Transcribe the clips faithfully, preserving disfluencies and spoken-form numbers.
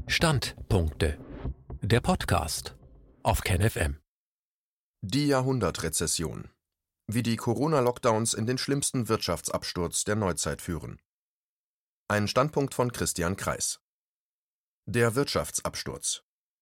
Standpunkte. Der Podcast auf KenFM. Die Jahrhundertrezession. Wie die Corona-Lockdowns in den schlimmsten Wirtschaftsabsturz der Neuzeit führen. Ein Standpunkt von Christian Kreis. Der Wirtschaftsabsturz.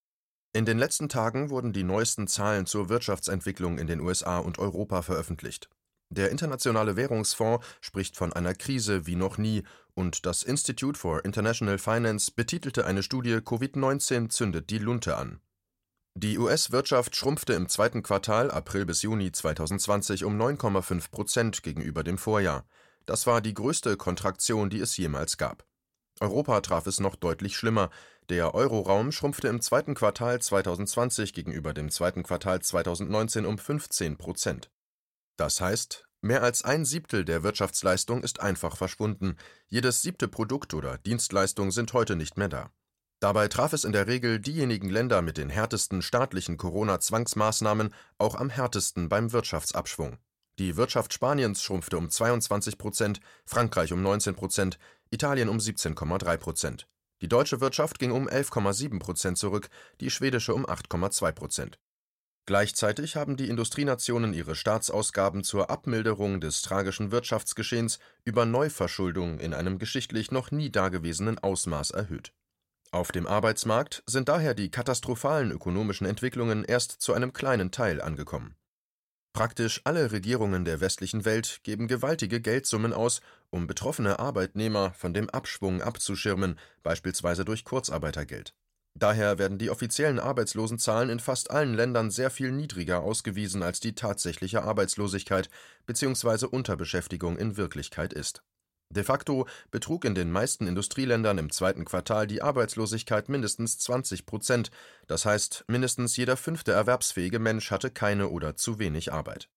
In den letzten Tagen wurden die neuesten Zahlen zur Wirtschaftsentwicklung in den U S A und Europa veröffentlicht. Der Internationale Währungsfonds spricht von einer Krise wie noch nie und das Institute for International Finance betitelte eine Studie Covid neunzehn zündet die Lunte an. Die U S-Wirtschaft schrumpfte im zweiten Quartal April bis Juni zweitausendzwanzig um neun Komma fünf Prozent gegenüber dem Vorjahr. Das war die größte Kontraktion, die es jemals gab. Europa traf es noch deutlich schlimmer. Der Euroraum schrumpfte im zweiten Quartal zweitausendzwanzig gegenüber dem zweiten Quartal zweitausendneunzehn um fünfzehn Prozent. Das heißt, mehr als ein Siebtel der Wirtschaftsleistung ist einfach verschwunden. Jedes siebte Produkt oder Dienstleistung sind heute nicht mehr da. Dabei traf es in der Regel diejenigen Länder mit den härtesten staatlichen Corona-Zwangsmaßnahmen auch am härtesten beim Wirtschaftsabschwung. Die Wirtschaft Spaniens schrumpfte um zweiundzwanzig Prozent, Frankreich um neunzehn Prozent, Italien um siebzehn Komma drei Prozent. Die deutsche Wirtschaft ging um elf Komma sieben Prozent zurück, die schwedische um acht Komma zwei Prozent. Gleichzeitig haben die Industrienationen ihre Staatsausgaben zur Abmilderung des tragischen Wirtschaftsgeschehens über Neuverschuldung in einem geschichtlich noch nie dagewesenen Ausmaß erhöht. Auf dem Arbeitsmarkt sind daher die katastrophalen ökonomischen Entwicklungen erst zu einem kleinen Teil angekommen. Praktisch alle Regierungen der westlichen Welt geben gewaltige Geldsummen aus, um betroffene Arbeitnehmer von dem Abschwung abzuschirmen, beispielsweise durch Kurzarbeitergeld. Daher werden die offiziellen Arbeitslosenzahlen in fast allen Ländern sehr viel niedriger ausgewiesen, als die tatsächliche Arbeitslosigkeit bzw. Unterbeschäftigung in Wirklichkeit ist. De facto betrug in den meisten Industrieländern im zweiten Quartal die Arbeitslosigkeit mindestens zwanzig Prozent, das heißt, mindestens jeder fünfte erwerbsfähige Mensch hatte keine oder zu wenig Arbeit.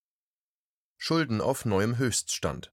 Schulden auf neuem Höchststand.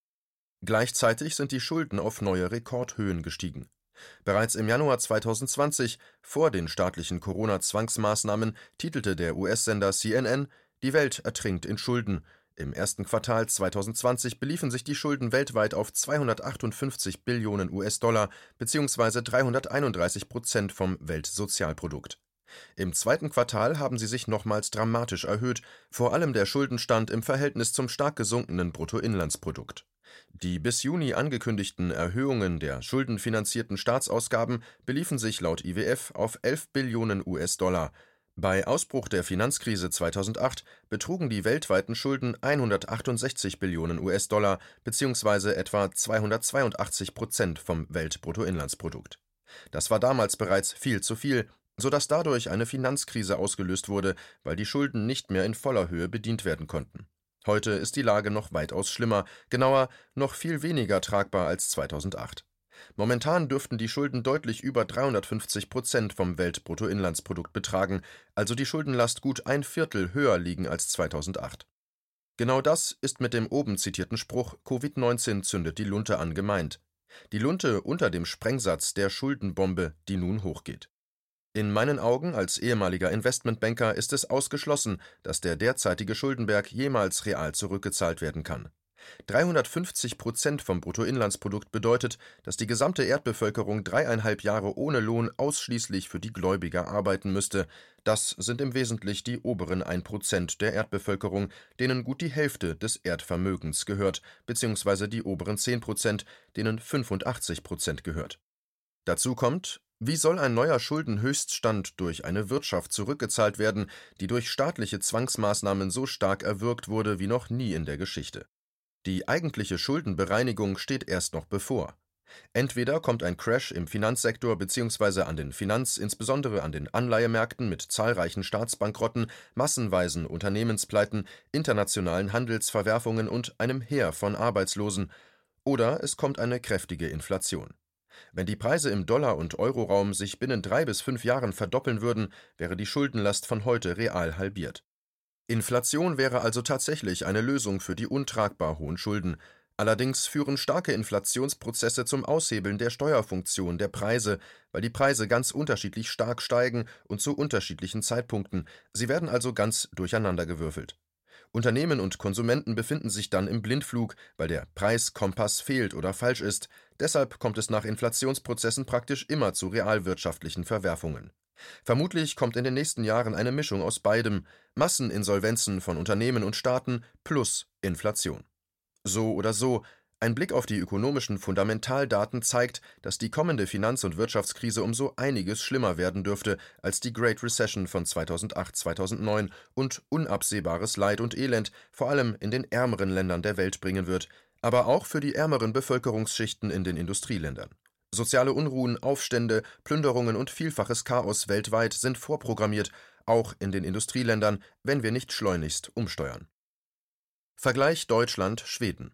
Gleichzeitig sind die Schulden auf neue Rekordhöhen gestiegen. Bereits im Januar zweitausendzwanzig, vor den staatlichen Corona-Zwangsmaßnahmen, titelte der U S-Sender C N N, die Welt ertrinkt in Schulden. Im ersten Quartal zweitausendzwanzig beliefen sich die Schulden weltweit auf zweihundertachtundfünfzig Billionen U S-Dollar bzw. dreihunderteinunddreißig Prozent vom Weltsozialprodukt. Im zweiten Quartal haben sie sich nochmals dramatisch erhöht, vor allem der Schuldenstand im Verhältnis zum stark gesunkenen Bruttoinlandsprodukt. Die bis Juni angekündigten Erhöhungen der schuldenfinanzierten Staatsausgaben beliefen sich laut I W F auf elf Billionen U S-Dollar. Bei Ausbruch der Finanzkrise zweitausendacht betrugen die weltweiten Schulden hundertachtundsechzig Billionen U S-Dollar bzw. etwa zweihundertzweiundachtzig Prozent vom Weltbruttoinlandsprodukt. Das war damals bereits viel zu viel, sodass dadurch eine Finanzkrise ausgelöst wurde, weil die Schulden nicht mehr in voller Höhe bedient werden konnten. Heute ist die Lage noch weitaus schlimmer, genauer noch viel weniger tragbar als zweitausendacht. Momentan dürften die Schulden deutlich über dreihundertfünfzig Prozent vom Weltbruttoinlandsprodukt betragen, also die Schuldenlast gut ein Viertel höher liegen als zweitausendacht. Genau das ist mit dem oben zitierten Spruch Covid neunzehn zündet die Lunte an gemeint. Die Lunte unter dem Sprengsatz der Schuldenbombe, die nun hochgeht. In meinen Augen als ehemaliger Investmentbanker ist es ausgeschlossen, dass der derzeitige Schuldenberg jemals real zurückgezahlt werden kann. dreihundertfünfzig Prozent vom Bruttoinlandsprodukt bedeutet, dass die gesamte Erdbevölkerung dreieinhalb Jahre ohne Lohn ausschließlich für die Gläubiger arbeiten müsste. Das sind im Wesentlichen die oberen ein Prozent der Erdbevölkerung, denen gut die Hälfte des Erdvermögens gehört, beziehungsweise die oberen zehn Prozent, denen fünfundachtzig Prozent gehört. Dazu kommt: Wie soll ein neuer Schuldenhöchststand durch eine Wirtschaft zurückgezahlt werden, die durch staatliche Zwangsmaßnahmen so stark erwürgt wurde wie noch nie in der Geschichte? Die eigentliche Schuldenbereinigung steht erst noch bevor. Entweder kommt ein Crash im Finanzsektor bzw. an den Finanz-, insbesondere an den Anleihemärkten mit zahlreichen Staatsbankrotten, massenweisen Unternehmenspleiten, internationalen Handelsverwerfungen und einem Heer von Arbeitslosen, oder es kommt eine kräftige Inflation. Wenn die Preise im Dollar- und Euroraum sich binnen drei bis fünf Jahren verdoppeln würden, wäre die Schuldenlast von heute real halbiert. Inflation wäre also tatsächlich eine Lösung für die untragbar hohen Schulden. Allerdings führen starke Inflationsprozesse zum Aushebeln der Steuerfunktion der Preise, weil die Preise ganz unterschiedlich stark steigen und zu unterschiedlichen Zeitpunkten. Sie werden also ganz durcheinandergewürfelt. Unternehmen und Konsumenten befinden sich dann im Blindflug, weil der Preiskompass fehlt oder falsch ist. Deshalb kommt es nach Inflationsprozessen praktisch immer zu realwirtschaftlichen Verwerfungen. Vermutlich kommt in den nächsten Jahren eine Mischung aus beidem: Masseninsolvenzen von Unternehmen und Staaten plus Inflation. So oder so, ein Blick auf die ökonomischen Fundamentaldaten zeigt, dass die kommende Finanz- und Wirtschaftskrise um so einiges schlimmer werden dürfte als die Great Recession von zweitausendacht zweitausendneun und unabsehbares Leid und Elend vor allem in den ärmeren Ländern der Welt bringen wird, aber auch für die ärmeren Bevölkerungsschichten in den Industrieländern. Soziale Unruhen, Aufstände, Plünderungen und vielfaches Chaos weltweit sind vorprogrammiert, auch in den Industrieländern, wenn wir nicht schleunigst umsteuern. Vergleich Deutschland-Schweden.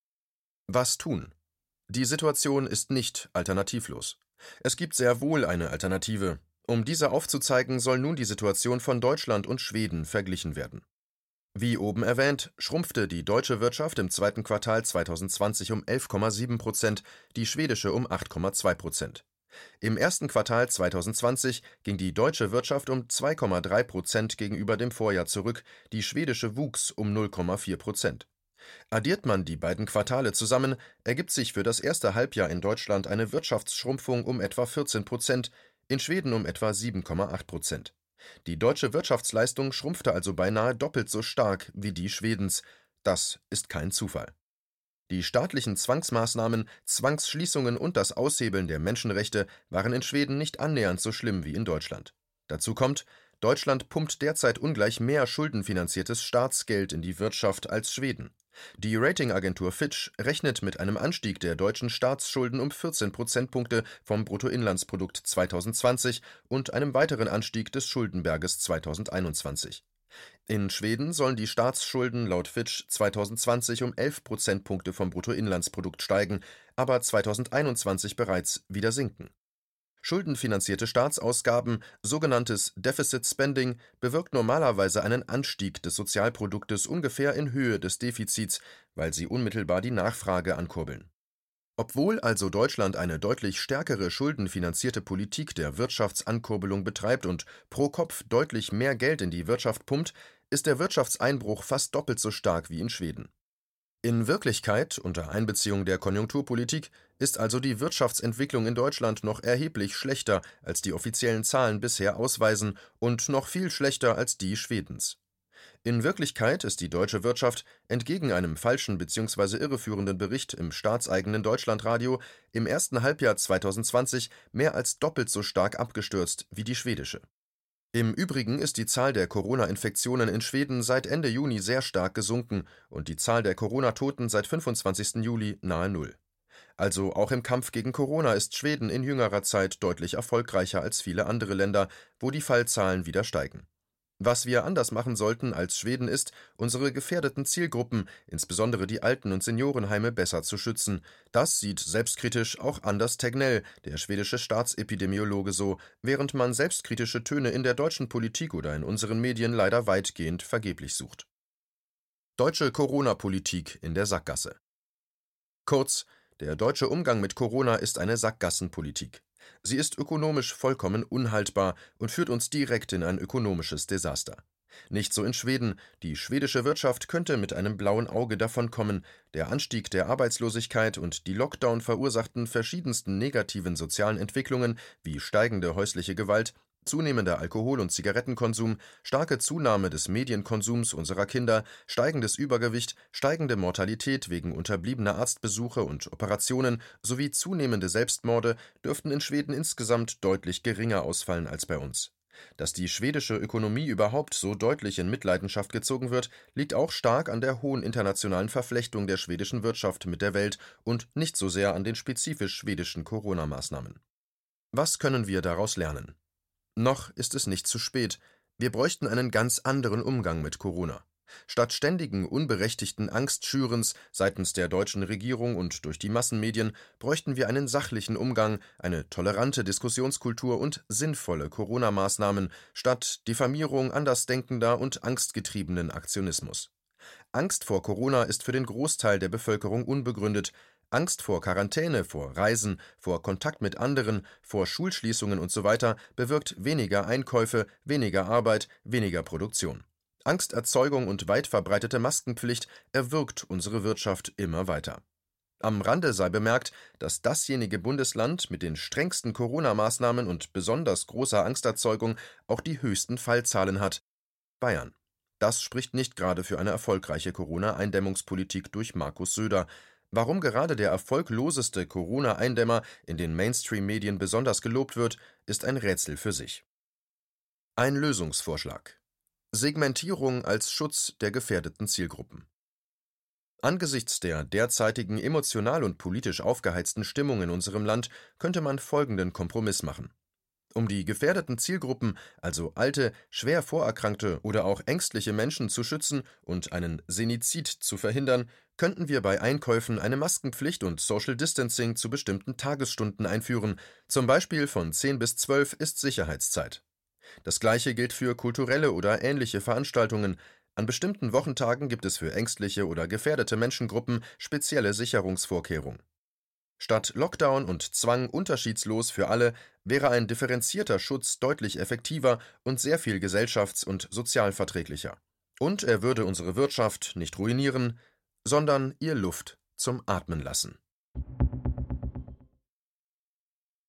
Was tun? Die Situation ist nicht alternativlos. Es gibt sehr wohl eine Alternative. Um diese aufzuzeigen, soll nun die Situation von Deutschland und Schweden verglichen werden. Wie oben erwähnt, schrumpfte die deutsche Wirtschaft im zweiten Quartal zweitausendzwanzig um elf Komma sieben Prozent, die schwedische um acht Komma zwei Prozent. Im ersten Quartal zweitausendzwanzig ging die deutsche Wirtschaft um zwei Komma drei Prozent gegenüber dem Vorjahr zurück, die schwedische wuchs um null Komma vier Prozent. Addiert man die beiden Quartale zusammen, ergibt sich für das erste Halbjahr in Deutschland eine Wirtschaftsschrumpfung um etwa vierzehn Prozent, in Schweden um etwa sieben Komma acht Prozent. Die deutsche Wirtschaftsleistung schrumpfte also beinahe doppelt so stark wie die Schwedens. Das ist kein Zufall. Die staatlichen Zwangsmaßnahmen, Zwangsschließungen und das Aushebeln der Menschenrechte waren in Schweden nicht annähernd so schlimm wie in Deutschland. Dazu kommt, Deutschland pumpt derzeit ungleich mehr schuldenfinanziertes Staatsgeld in die Wirtschaft als Schweden. Die Ratingagentur Fitch rechnet mit einem Anstieg der deutschen Staatsschulden um vierzehn Prozentpunkte vom Bruttoinlandsprodukt zweitausendzwanzig und einem weiteren Anstieg des Schuldenberges zweitausendeinundzwanzig. In Schweden sollen die Staatsschulden laut Fitch zweitausendzwanzig um elf Prozentpunkte vom Bruttoinlandsprodukt steigen, aber zweitausendeinundzwanzig bereits wieder sinken. Schuldenfinanzierte Staatsausgaben, sogenanntes Deficit Spending, bewirkt normalerweise einen Anstieg des Sozialproduktes ungefähr in Höhe des Defizits, weil sie unmittelbar die Nachfrage ankurbeln. Obwohl also Deutschland eine deutlich stärkere schuldenfinanzierte Politik der Wirtschaftsankurbelung betreibt und pro Kopf deutlich mehr Geld in die Wirtschaft pumpt, ist der Wirtschaftseinbruch fast doppelt so stark wie in Schweden. In Wirklichkeit, unter Einbeziehung der Konjunkturpolitik, ist also die Wirtschaftsentwicklung in Deutschland noch erheblich schlechter, als die offiziellen Zahlen bisher ausweisen, und noch viel schlechter als die Schwedens. In Wirklichkeit ist die deutsche Wirtschaft, entgegen einem falschen bzw. irreführenden Bericht im staatseigenen Deutschlandradio, im ersten Halbjahr zweitausendzwanzig mehr als doppelt so stark abgestürzt wie die schwedische. Im Übrigen ist die Zahl der Corona-Infektionen in Schweden seit Ende Juni sehr stark gesunken und die Zahl der Corona-Toten seit fünfundzwanzigsten Juli nahe Null. Also auch im Kampf gegen Corona ist Schweden in jüngerer Zeit deutlich erfolgreicher als viele andere Länder, wo die Fallzahlen wieder steigen. Was wir anders machen sollten als Schweden ist, unsere gefährdeten Zielgruppen, insbesondere die Alten- und Seniorenheime, besser zu schützen. Das sieht selbstkritisch auch Anders Tegnell, der schwedische Staatsepidemiologe, so, während man selbstkritische Töne in der deutschen Politik oder in unseren Medien leider weitgehend vergeblich sucht. Deutsche Corona-Politik in der Sackgasse. Kurz, der deutsche Umgang mit Corona ist eine Sackgassenpolitik. Sie ist ökonomisch vollkommen unhaltbar und führt uns direkt in ein ökonomisches Desaster. Nicht so in Schweden. Die schwedische Wirtschaft könnte mit einem blauen Auge davonkommen. Der Anstieg der Arbeitslosigkeit und die Lockdown verursachten verschiedensten negativen sozialen Entwicklungen wie steigende häusliche Gewalt, zunehmender Alkohol- und Zigarettenkonsum, starke Zunahme des Medienkonsums unserer Kinder, steigendes Übergewicht, steigende Mortalität wegen unterbliebener Arztbesuche und Operationen sowie zunehmende Selbstmorde dürften in Schweden insgesamt deutlich geringer ausfallen als bei uns. Dass die schwedische Ökonomie überhaupt so deutlich in Mitleidenschaft gezogen wird, liegt auch stark an der hohen internationalen Verflechtung der schwedischen Wirtschaft mit der Welt und nicht so sehr an den spezifisch schwedischen Corona-Maßnahmen. Was können wir daraus lernen? Noch ist es nicht zu spät. Wir bräuchten einen ganz anderen Umgang mit Corona. Statt ständigen, unberechtigten Angstschürens seitens der deutschen Regierung und durch die Massenmedien bräuchten wir einen sachlichen Umgang, eine tolerante Diskussionskultur und sinnvolle Corona-Maßnahmen statt Diffamierung andersdenkender und angstgetriebenen Aktionismus. Angst vor Corona ist für den Großteil der Bevölkerung unbegründet. Angst vor Quarantäne, vor Reisen, vor Kontakt mit anderen, vor Schulschließungen usw. bewirkt weniger Einkäufe, weniger Arbeit, weniger Produktion. Angsterzeugung und weit verbreitete Maskenpflicht erwürgt unsere Wirtschaft immer weiter. Am Rande sei bemerkt, dass dasjenige Bundesland mit den strengsten Corona-Maßnahmen und besonders großer Angsterzeugung auch die höchsten Fallzahlen hat: Bayern. Das spricht nicht gerade für eine erfolgreiche Corona-Eindämmungspolitik durch Markus Söder. Warum gerade der erfolgloseste Corona-Eindämmer in den Mainstream-Medien besonders gelobt wird, ist ein Rätsel für sich. Ein Lösungsvorschlag: Segmentierung als Schutz der gefährdeten Zielgruppen. Angesichts der derzeitigen emotional und politisch aufgeheizten Stimmung in unserem Land könnte man folgenden Kompromiss machen. Um die gefährdeten Zielgruppen, also alte, schwer vorerkrankte oder auch ängstliche Menschen zu schützen und einen Senizid zu verhindern, könnten wir bei Einkäufen eine Maskenpflicht und Social Distancing zu bestimmten Tagesstunden einführen, zum Beispiel von zehn bis zwölf ist Sicherheitszeit. Das Gleiche gilt für kulturelle oder ähnliche Veranstaltungen. An bestimmten Wochentagen gibt es für ängstliche oder gefährdete Menschengruppen spezielle Sicherungsvorkehrungen. Statt Lockdown und Zwang unterschiedslos für alle wäre ein differenzierter Schutz deutlich effektiver und sehr viel gesellschafts- und sozialverträglicher. Und er würde unsere Wirtschaft nicht ruinieren, sondern ihr Luft zum Atmen lassen.